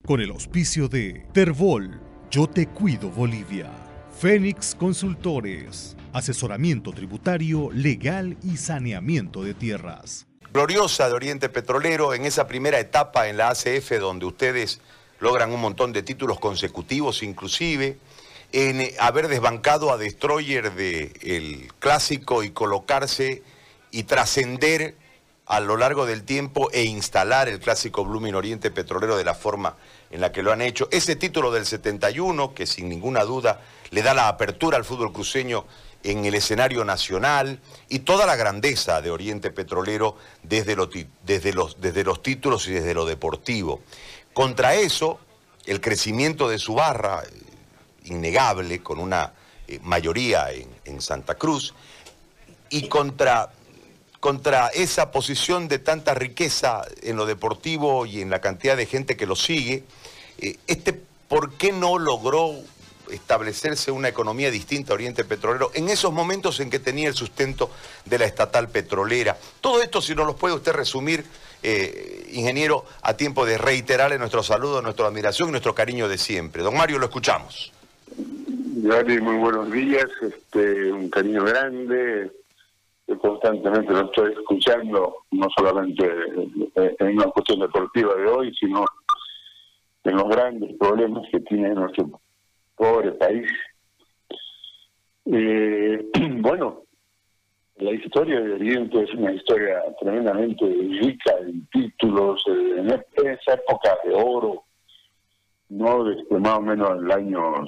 con el auspicio de Terbol, Yo Te Cuido Bolivia, Fénix Consultores, asesoramiento tributario, legal y saneamiento de tierras. Gloriosa de Oriente Petrolero en esa primera etapa en la ACF donde ustedes logran un montón de títulos consecutivos, inclusive en haber desbancado a Destroyer del clásico y colocarse y trascender a lo largo del tiempo e instalar el clásico Blooming Oriente Petrolero de la forma en la que lo han hecho. Ese título del 71, que sin ninguna duda le da la apertura al fútbol cruceño en el escenario nacional, y toda la grandeza de Oriente Petrolero desde los títulos y desde lo deportivo. Contra eso, el crecimiento de su barra, innegable, con una mayoría en Santa Cruz, y contra esa posición de tanta riqueza en lo deportivo y en la cantidad de gente que lo sigue, ¿por qué no logró establecerse una economía distinta a Oriente Petrolero en esos momentos en que tenía el sustento de la estatal petrolera? Todo esto, si nos lo puede usted resumir, ingeniero, a tiempo de reiterarle nuestro saludo, nuestra admiración y nuestro cariño de siempre. Don Mario, lo escuchamos. Dale, muy buenos días, un cariño grande. Yo constantemente lo estoy escuchando, no solamente en una cuestión deportiva de hoy, sino en los grandes problemas que tiene nuestro pobre país. Bueno, la historia de Oriente es una historia tremendamente rica en títulos, en esa época de oro, no desde más o menos el año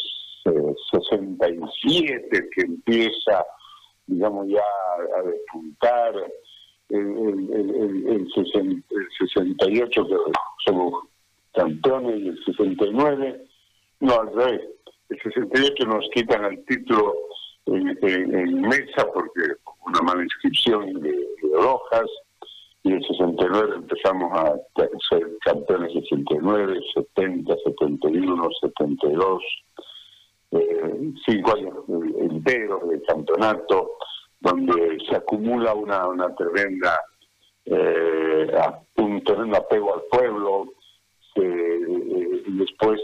67 que empieza, digamos, ya a despuntar, el 68 que somos campeones, y el 69, no, al revés, el 68 nos quitan el título en mesa porque una mala inscripción de Rojas, y el 69 empezamos a ser campeones 69, 70, 71, 72, 5 años enteros de campeonato, donde se acumula una tremenda un tremendo apego al pueblo. Después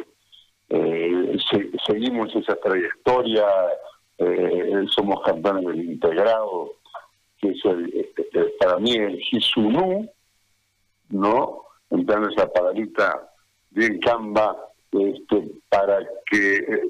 seguimos esa trayectoria, somos campeones del integrado, que es para mí el Jisunu, ¿no? Entrando esa palabrita bien camba, para que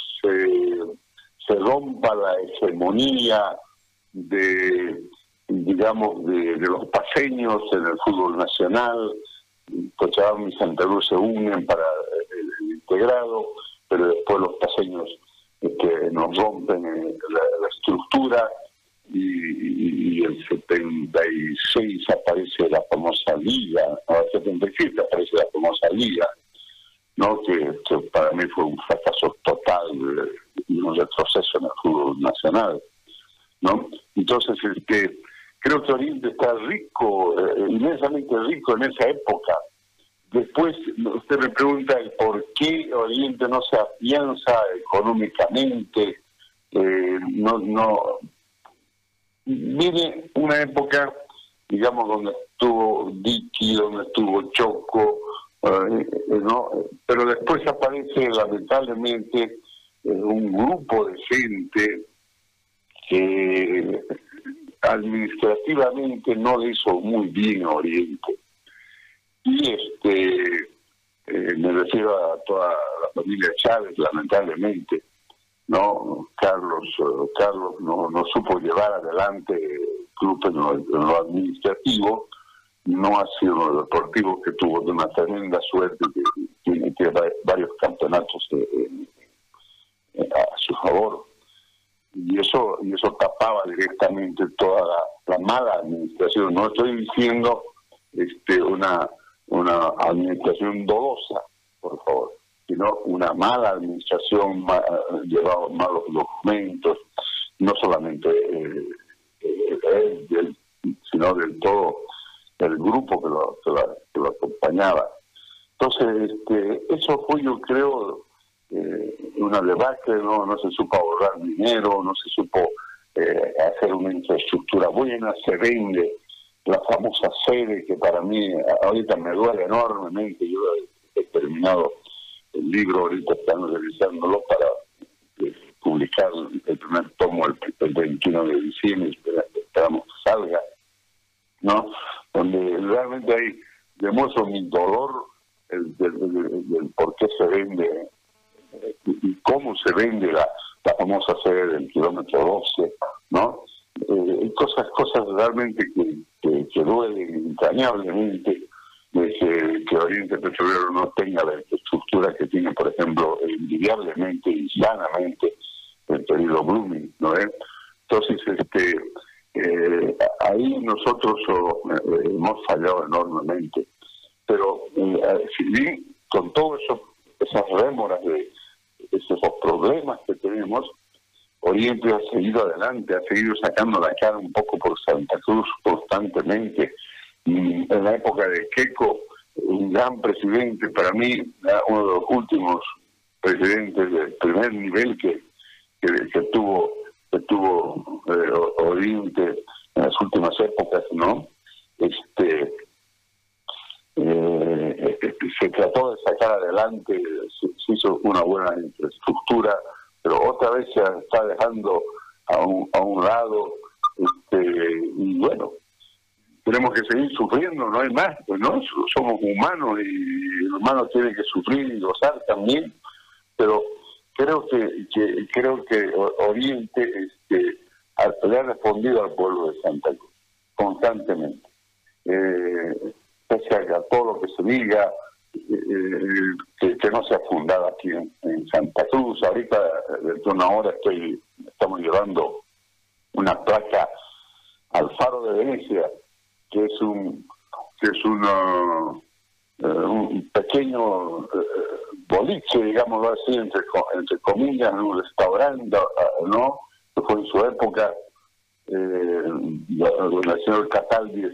se rompa la hegemonía de los paseños en el fútbol nacional. Cochabamba y Santa Cruz se unen para el integrado, pero después los paseños nos rompen la estructura, y el 76 aparece la famosa Liga, no, el 77 aparece la famosa Liga, ¿no? Que para mí fue un fracaso total y un retroceso en el fútbol nacional, ¿no? Entonces, creo que Oriente está rico, inmensamente rico en esa época. Después usted me pregunta el por qué Oriente no se afianza económicamente. Viene una época, digamos, donde estuvo Diqui, donde estuvo Choco, ¿no? Pero después aparece lamentablemente un grupo de gente que administrativamente no le hizo muy bien a Oriente, y me refiero a toda la familia Chávez, lamentablemente, ¿no? Carlos no supo llevar adelante el club en lo administrativo, no ha sido lo deportivo, que tuvo de una tremenda suerte, que tiene varios campeonatos a su favor, y eso tapaba directamente toda la mala administración. No estoy diciendo una administración dolosa, por favor, sino una mala administración, llevaba malos documentos, no solamente él, sino del todo el grupo que lo acompañaba. Entonces, eso fue, yo creo, una debacle. No se supo ahorrar dinero, no se supo hacer una infraestructura buena. Se vende la famosa sede, que para mí ahorita me duele enormemente. Yo he terminado el libro, ahorita están revisándolo para publicar el primer tomo el 21 de diciembre, esperamos que salga, ¿no? Donde realmente ahí demuestro mi dolor del por qué se vende y cómo se vende la famosa sede del kilómetro 12, ¿no? Cosas realmente que duelen entrañablemente de que Oriente Petrolero no tenga la infraestructura que tiene, por ejemplo, envidiablemente y sanamente el querido Blooming, ¿no es? Entonces, ahí nosotros hemos fallado enormemente, pero si bien con todo eso, esas rémoras de esos problemas que tenemos, Oriente ha seguido adelante, ha seguido sacando la cara un poco por Santa Cruz constantemente. En la época de Queco, un gran presidente, para mí, uno de los últimos presidentes del primer nivel que tuvo Oriente en las últimas épocas, ¿no? Se trató de sacar adelante, se hizo una buena infraestructura, pero otra vez se está dejando a un lado, y bueno, tenemos que seguir sufriendo, no hay más, pues no, somos humanos y el humano tiene que sufrir y gozar también, pero creo que Oriente le ha respondido al pueblo de Santa Cruz constantemente, pese a todo lo que se diga, que no se ha fundado aquí en Santa Cruz. Ahorita dentro de una hora estamos llevando una placa al Faro de Venecia, que es un pequeño boliche, digámoslo así, entre comillas, en un restaurante, ¿no? Que fue en su época donde el señor Cataldi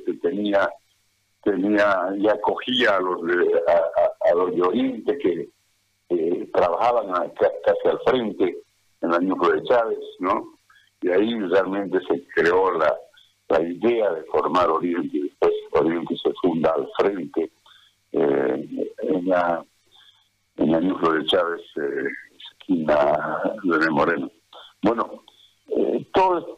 y acogía a los de Oriente que trabajaban casi al frente en la Ñuflo de Chávez, ¿no? Y ahí realmente se creó la idea de formar Oriente, y después Oriente se funda al frente en la Ñuflo de Chávez, esquina de Moreno. Bueno, todo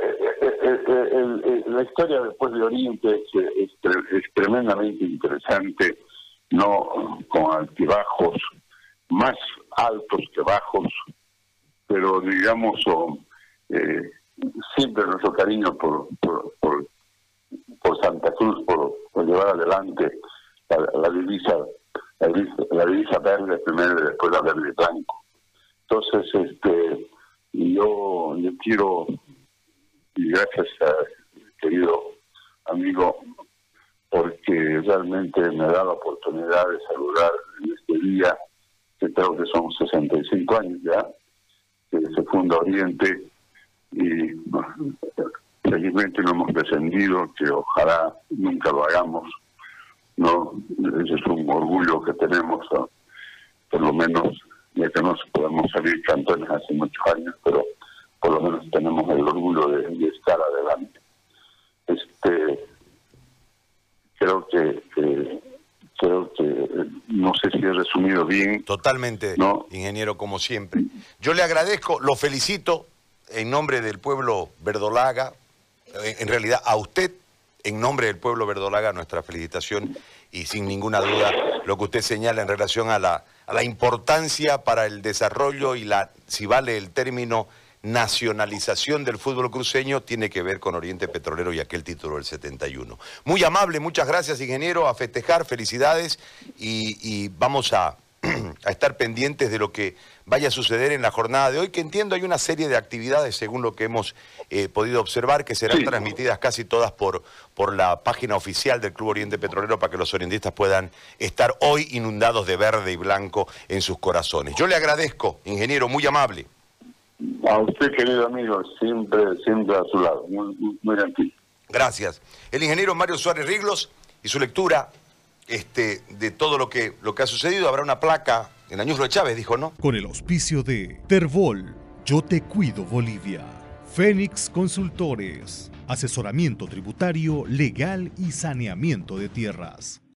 la historia después de Oriente es tremendamente interesante, no con altibajos, más altos que bajos, pero digamos siempre nuestro cariño por Santa Cruz, por llevar adelante la divisa verde primero y después la verde y blanco. Entonces, yo quiero, y gracias querido amigo, porque realmente me da la oportunidad de saludar en este día, que creo que son 65 años ya, que se funda Oriente, y bueno, felizmente no hemos descendido, que ojalá nunca lo hagamos, ¿no? Ese es un orgullo que tenemos, ¿no? Por lo menos, ya que no podemos salir campeones hace muchos años, pero por lo menos tenemos el orgullo de estar adelante. Creo que no sé si he resumido bien. Totalmente, ¿no? Ingeniero, como siempre. Yo le agradezco, lo felicito en nombre del pueblo verdolaga, en realidad a usted, en nombre del pueblo verdolaga, nuestra felicitación, y sin ninguna duda lo que usted señala en relación a la importancia para el desarrollo y si vale el término, nacionalización del fútbol cruceño, tiene que ver con Oriente Petrolero y aquel título del 71. Muy amable, muchas gracias, ingeniero, a festejar, felicidades, y vamos a estar pendientes de lo que vaya a suceder en la jornada de hoy, que entiendo hay una serie de actividades, según lo que hemos podido observar, que serán transmitidas casi todas por la página oficial del Club Oriente Petrolero, para que los orientistas puedan estar hoy inundados de verde y blanco en sus corazones. Yo le agradezco, ingeniero, muy amable. A usted, querido amigo, siempre a su lado, muy gentil. Gracias. El ingeniero Mario Suárez Riglos y su lectura de todo lo que ha sucedido. Habrá una placa en la Ñuflo de Chávez, dijo, ¿no? Con el auspicio de Tervol, Yo Te Cuido Bolivia. Fénix Consultores, asesoramiento tributario, legal y saneamiento de tierras.